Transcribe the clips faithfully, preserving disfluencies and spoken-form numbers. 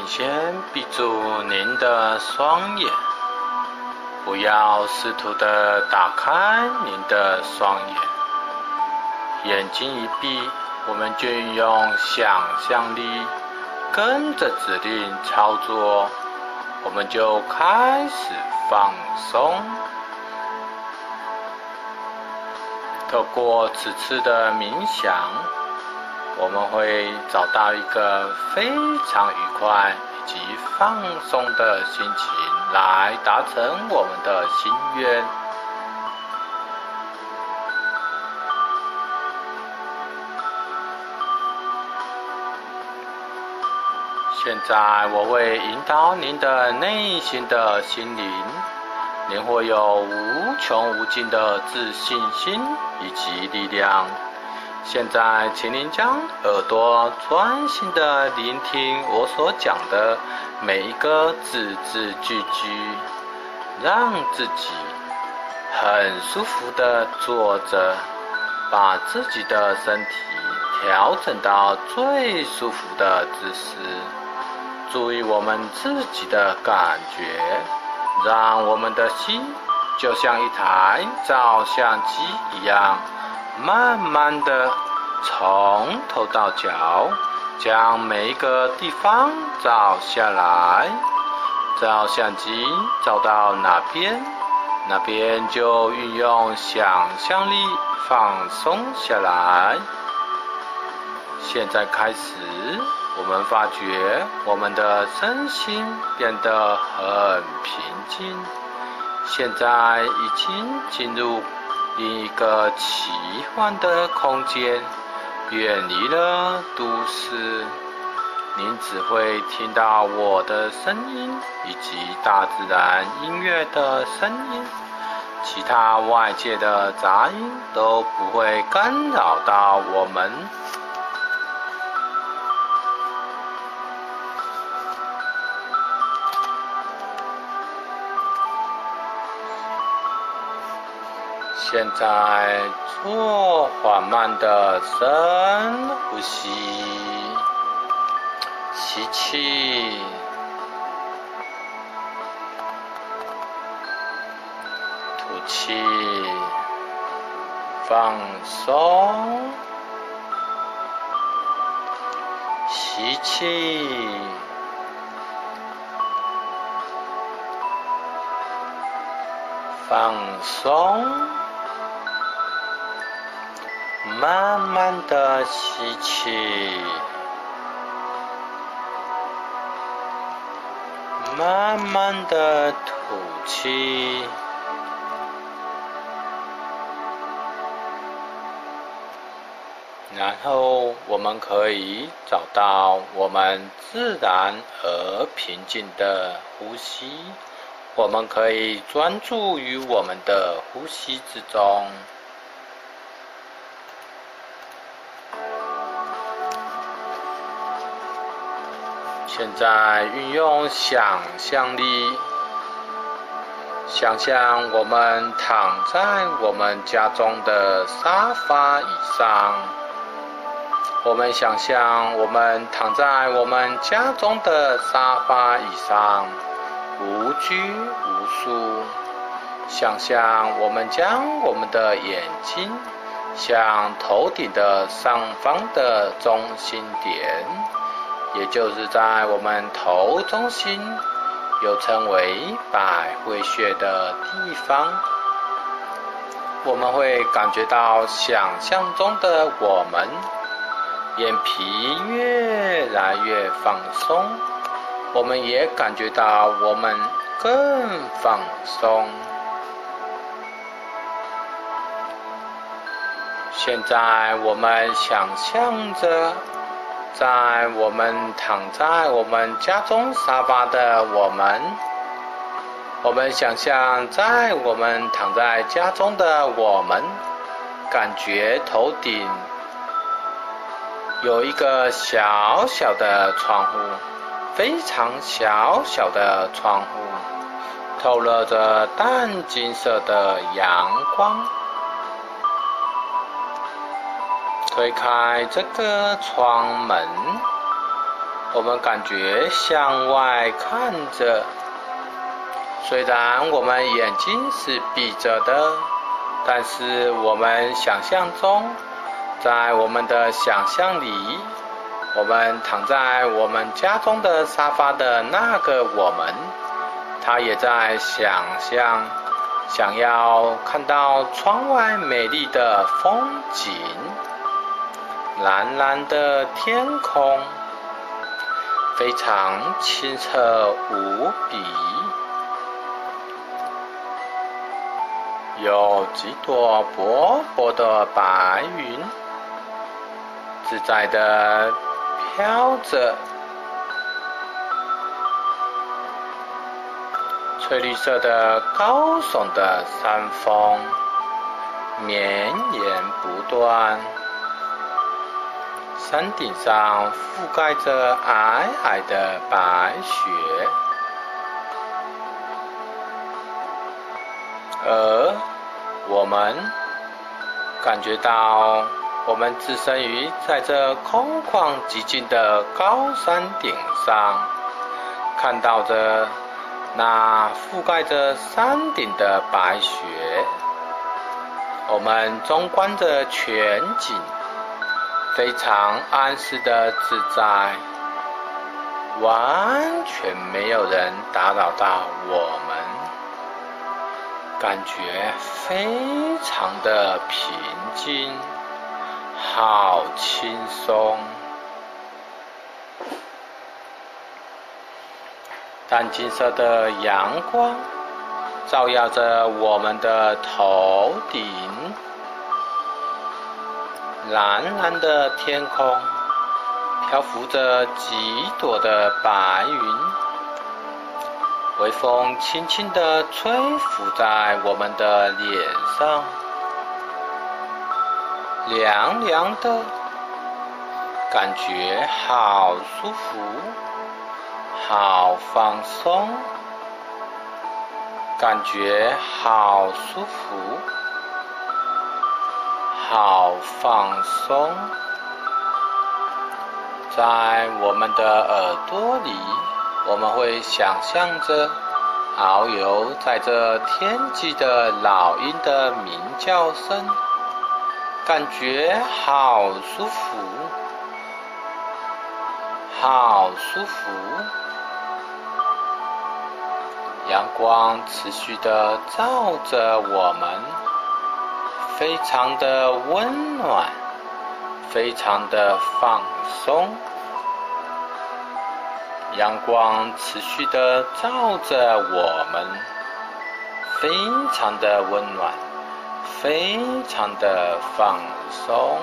请先闭住您的双眼，不要试图的打开您的双眼。眼睛一闭，我们就运用想象力，跟着指令操作，我们就开始放松。透过此次的冥想，我们会找到一个非常愉快以及放松的心情，来达成我们的心愿。现在我会引导您的内心的心灵，您会有无穷无尽的自信心以及力量。现在请您将耳朵专心的聆听我所讲的每一个字字句句，让自己很舒服的坐着，把自己的身体调整到最舒服的姿势。注意我们自己的感觉，让我们的心就像一台照相机一样，慢慢的从头到脚，将每一个地方照下来。照相机照到哪边，那边就运用想象力放松下来。现在开始，我们发觉我们的身心变得很平静，现在已经进入另一个奇幻的空间，远离了都市。您只会听到我的声音以及大自然音乐的声音，其他外界的杂音都不会干扰到我们。现在做缓慢的深呼吸，吸气，吐气，放松，吸气，放松。慢慢的吸气，慢慢的吐气，然后我们可以找到我们自然而平静的呼吸，我们可以专注于我们的呼吸之中。现在运用想象力，想象我们躺在我们家中的沙发椅上，我们想象我们躺在我们家中的沙发椅上，无拘无束。想象我们将我们的眼睛向头顶的上方的中心点，也就是在我们头中心，又称为百会穴的地方，我们会感觉到想象中的我们，眼皮越来越放松，我们也感觉到我们更放松。现在我们想象着，在我们躺在我们家中沙发的我们，我们想象在我们躺在家中的我们，感觉头顶有一个小小的窗户，非常小小的窗户，透露着淡金色的阳光。推开这个窗门， 我们感觉向外看着，虽然我们眼睛是闭着的，但是我们想象中，在我们的想象里，我们躺在我们家中的沙发的那个我们，他也在想象，想要看到窗外美丽的风景，蓝蓝的天空，非常清澈无比，有几朵薄薄的白云，自在的飘着，翠绿色的高耸的山峰，绵延不断，山顶上覆盖着皑皑的白雪，而我们感觉到我们置身于在这空旷寂静的高山顶上，看到着那覆盖着山顶的白雪，我们纵观着全景，非常安适的自在，完全没有人打扰到我们，感觉非常的平静，好轻松。淡金色的阳光照耀着我们的头顶，蓝蓝的天空漂浮着几朵的白云，微风轻轻地吹拂在我们的脸上，凉凉的，感觉好舒服，好放松，感觉好舒服，好放松。在我们的耳朵里，我们会想象着遨游在这天际的老鹰的鸣叫声，感觉好舒服，好舒服。阳光持续的照着我们，非常的温暖，非常的放松。阳光持续的照着我们，非常的温暖，非常的放松。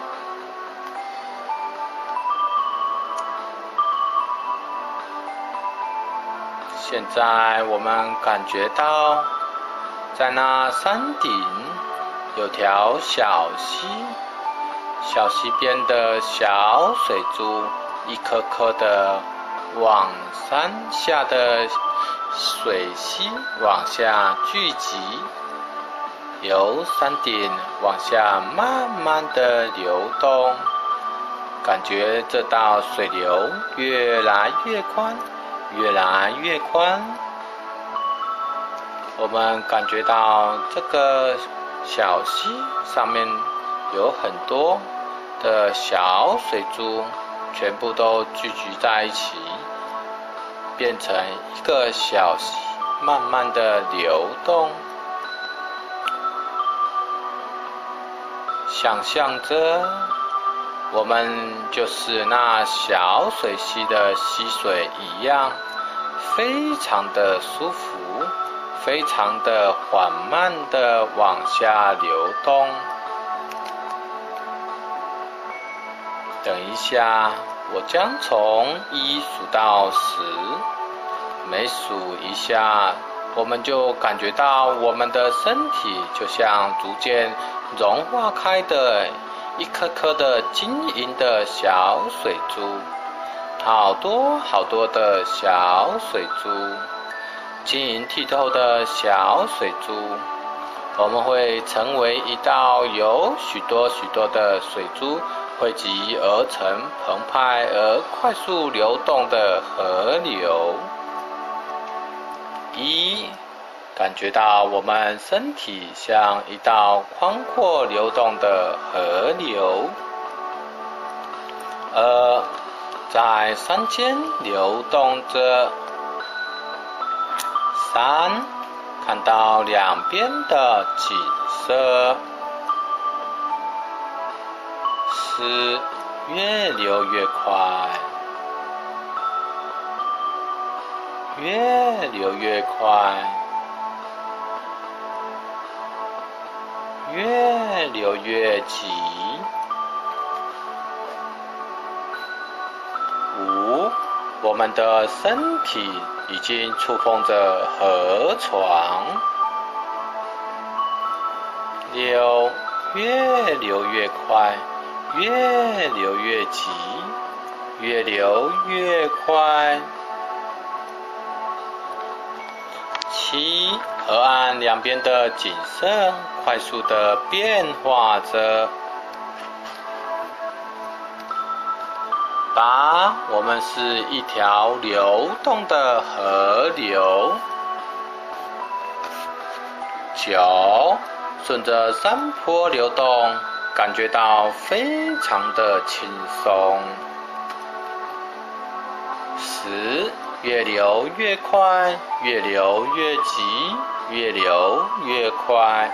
现在我们感觉到，在那山顶有条小溪，小溪边的小水珠一颗颗的往山下的水溪往下聚集，由山顶往下慢慢的流动，感觉这道水流越来越宽，越来越宽。我们感觉到这个小溪上面有很多的小水珠，全部都聚集在一起，变成一个小溪，慢慢的流动。想象着我们就是那小水溪的溪水一样，非常的舒服，非常的缓慢的往下流动。等一下，我将从一数到十，每数一下，我们就感觉到我们的身体就像逐渐融化开的一颗颗的晶莹的小水珠，好多好多的小水珠，晶莹剔透的小水珠，我们会成为一道有许多许多的水珠汇集而成澎湃而快速流动的河流。一，感觉到我们身体像一道宽阔流动的河流。二，在山间流动着。三，看到两边的景色。四，越流越快，越流越快，越流越急。五，我们的身体已经触碰着河床。六，越流越快，越流越急，越流越快。七，河岸两边的景色快速地变化着。八，我们是一条流动的河流。九，顺着山坡流动，感觉到非常的轻松。十，越流越快，越流越急，越流越快。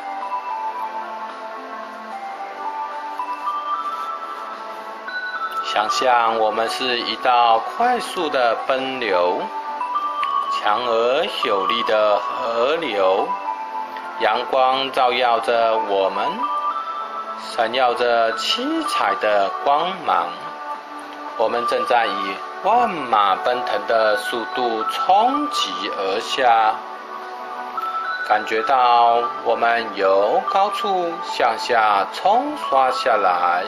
想象我们是一道快速的奔流，强而有力的河流，阳光照耀着我们，闪耀着七彩的光芒。我们正在以万马奔腾的速度冲击而下，感觉到我们由高处向下冲刷下来，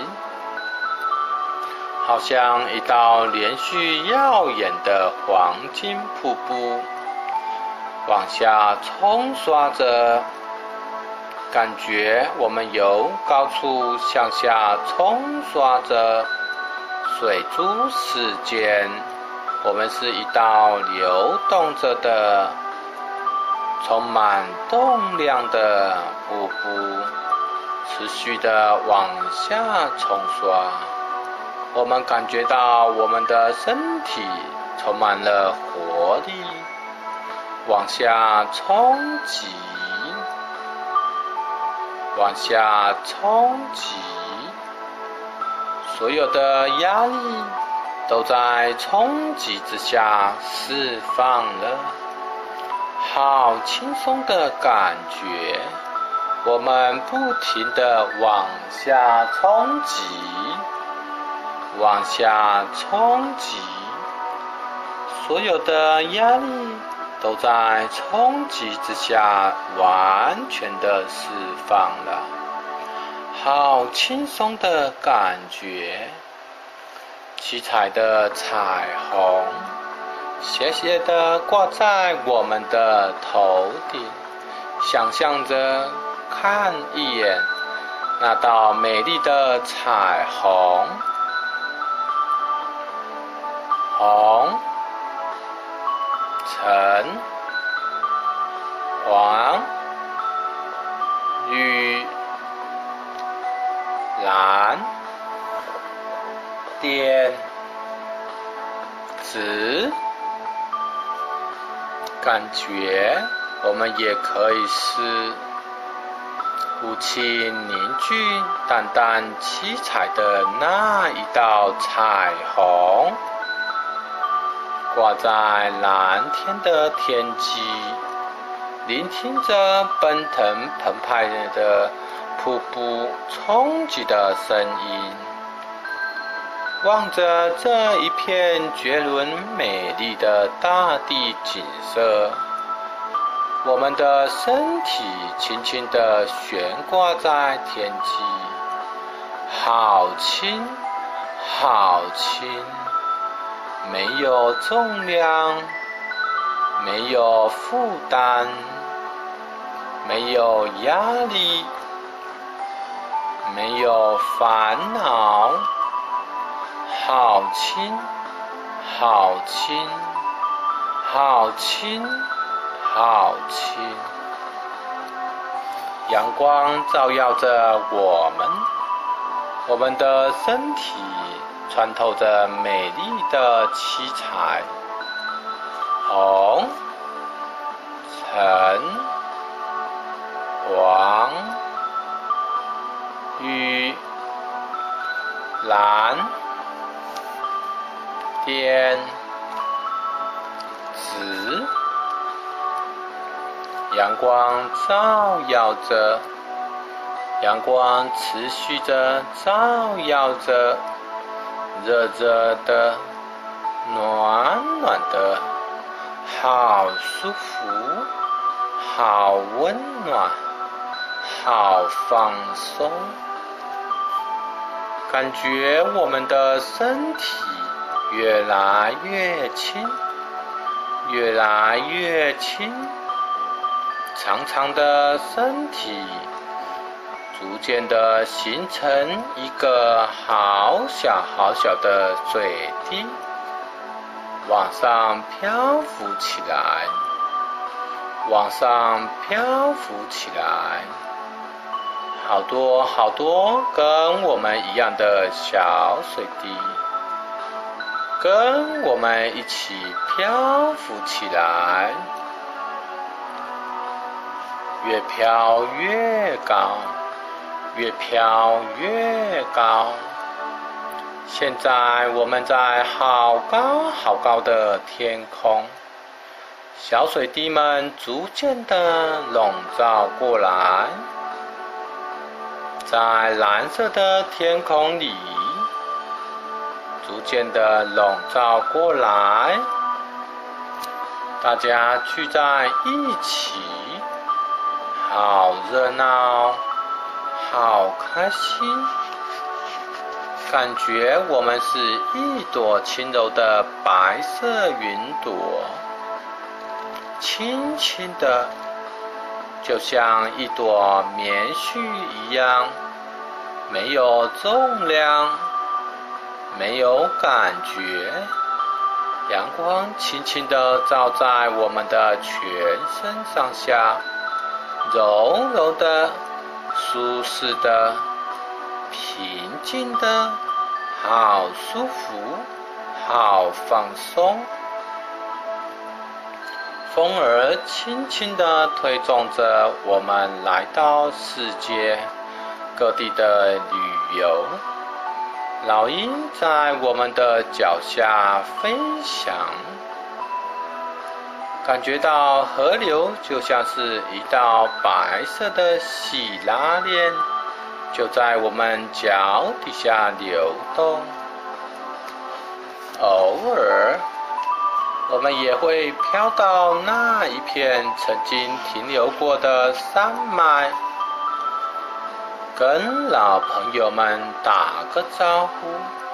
好像一道连续耀眼的黄金瀑布，往下冲刷着，感觉我们由高处向下冲刷着。水珠时间，我们是一道流动着的、充满动量的瀑布，持续的往下冲刷。我们感觉到我们的身体充满了活力，往下冲击，往下冲击。所有的压力都在冲击之下释放了，好轻松的感觉。我们不停地往下冲击，往下冲击，所有的压力都在冲击之下完全的释放了。好轻松的感觉，七彩的彩虹斜斜的挂在我们的头顶，想象着看一眼那道美丽的彩虹，红、橙、黄、绿、蓝、靛、紫，感觉我们也可以是雾气凝聚淡淡七彩的那一道彩虹，挂在蓝天的天际，聆听着奔腾澎湃的瀑布冲击的声音，望着这一片绝伦美丽的大地景色，我们的身体轻轻地悬挂在天际，好轻好轻，没有重量，没有负担，没有压力，没有烦恼， 好轻，好轻，好轻，好轻。阳光照耀着我们，我们的身体穿透着美丽的七彩，红、橙、黄、绿、蓝、靛、紫。阳光照耀着，阳光持续着照耀着，热热的，暖暖的，好舒服，好温暖，好放松。感觉我们的身体越来越轻，越来越轻。长长的身体逐渐的形成一个好小好小的水滴，往上漂浮起来，往上漂浮起来。好多好多跟我们一样的小水滴，跟我们一起漂浮起来。越飘越高，越飘越高。现在我们在好高好高的天空，小水滴们逐渐的笼罩过来，在蓝色的天空里，逐渐的笼罩过来，大家聚在一起。好热闹，好开心，感觉我们是一朵轻柔的白色云朵，轻轻的，就像一朵棉絮一样，没有重量，没有感觉。阳光轻轻的照在我们的全身上下，柔柔的，舒适的，平静的，好舒服，好放松。风儿轻轻地推动着我们来到世界各地的旅游。老鹰在我们的脚下飞翔，感觉到河流就像是一道白色的细拉链，就在我们脚底下流动。偶尔，我们也会飘到那一片曾经停留过的山脉，跟老朋友们打个招呼。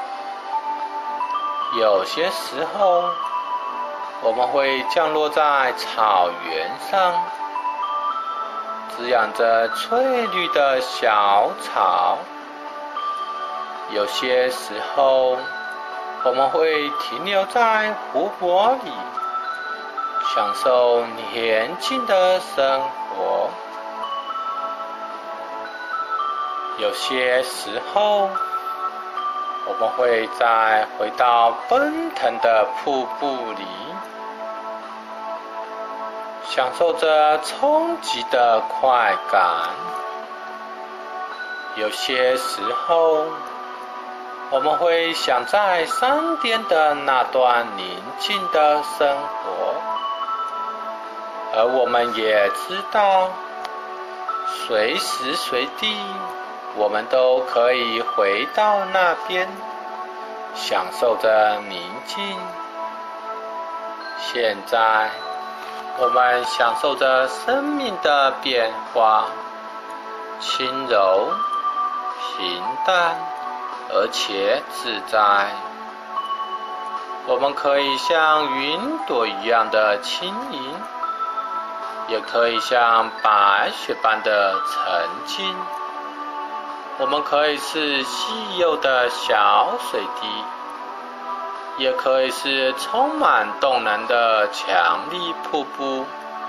有些时候，我们会降落在草原上，滋养着翠绿的小草。有些时候，我们会停留在湖泊里，享受宁静的生活。有些时候，我们会再回到奔腾的瀑布里，享受着冲击的快感。有些时候，我们会想在山巅的那段宁静的生活，而我们也知道，随时随地我们都可以回到那边，享受着宁静。现在，我们享受着生命的变化，轻柔、平淡，而且自在。我们可以像云朵一样的轻盈，也可以像白雪般的沉静。我们可以是细幼的小水滴， 也可以是充满动能的强力瀑布。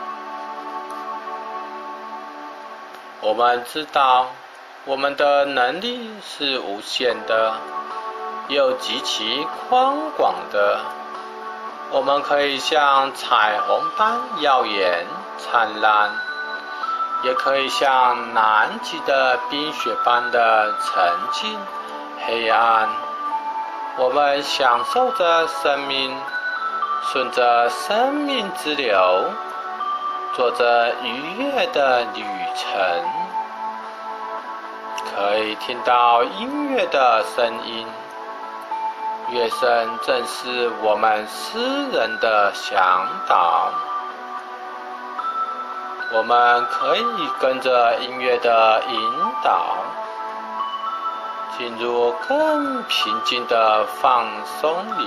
我们知道，我们的能力是无限的，又极其宽广的。我们可以像彩虹般耀眼灿烂，也可以像南极的冰雪般的沉静黑暗。我们享受着生命，顺着生命之流，做着愉悦的旅程。可以听到音乐的声音，乐声正是我们诗人的向导。我们可以跟着音乐的引导，进入更平静的放松里。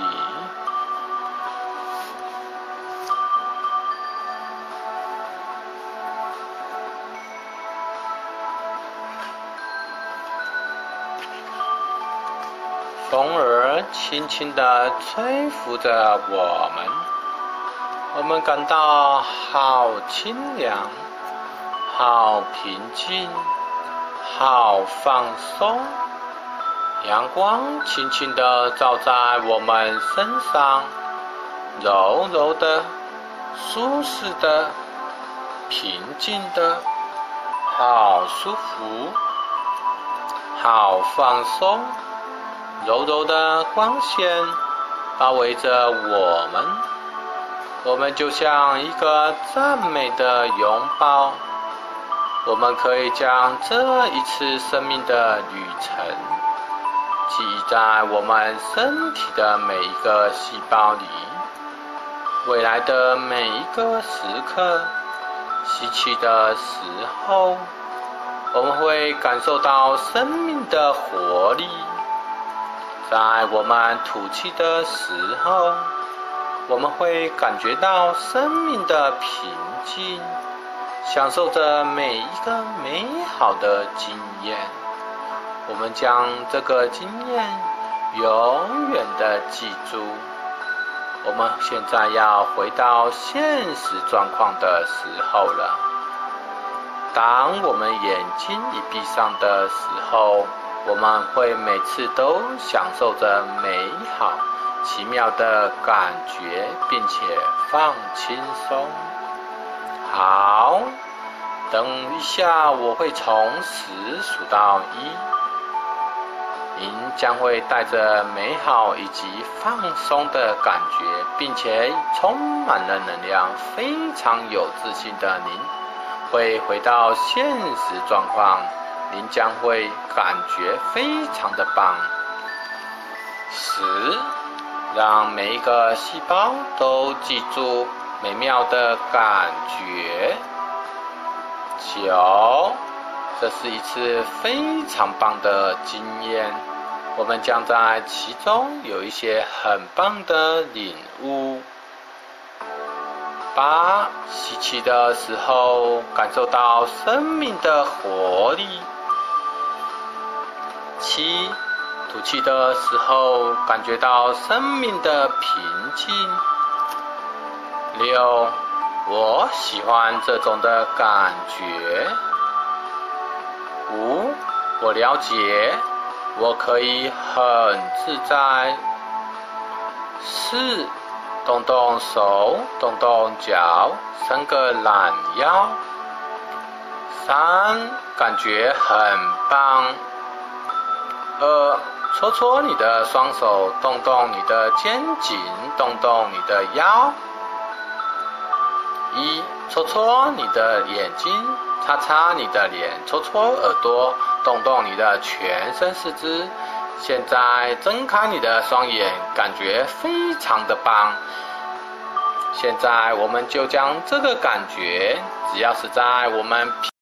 风儿轻轻地吹拂着我们，我们感到好清凉，好平静，好放松。阳光轻轻地照在我们身上，柔柔的，舒适的，平静的，好舒服，好放松。柔柔的光线包围着我们，我们就像一个赞美的拥抱。我们可以将这一次生命的旅程记忆在我们身体的每一个细胞里。未来的每一个时刻，吸气的时候，我们会感受到生命的活力。在我们吐气的时候，我们会感觉到生命的平静，享受着每一个美好的经验。我们将这个经验永远的记住。我们现在要回到现实状况的时候了。当我们眼睛一闭上的时候，我们会每次都享受着美好、奇妙的感觉，并且放轻松。好，等一下我会从十数到一，您将会带着美好以及放松的感觉，并且充满了能量，非常有自信的您，会回到现实状况。您将会感觉非常的棒。十，让每一个细胞都记住美妙的感觉。九，这是一次非常棒的经验，我们将在其中有一些很棒的领悟。八，吸气的时候感受到生命的活力。七，吐气的时候感觉到生命的平静。六，我喜欢这种的感觉。五，我了解，我可以很自在。四，动动手，动动脚，伸个懒腰。三，感觉很棒。二，搓搓你的双手，动动你的肩颈，动动你的腰。一，搓搓你的眼睛，擦擦你的脸，搓搓耳朵，动动你的全身四肢。现在睁开你的双眼，感觉非常的棒。现在我们就将这个感觉，只要是在我们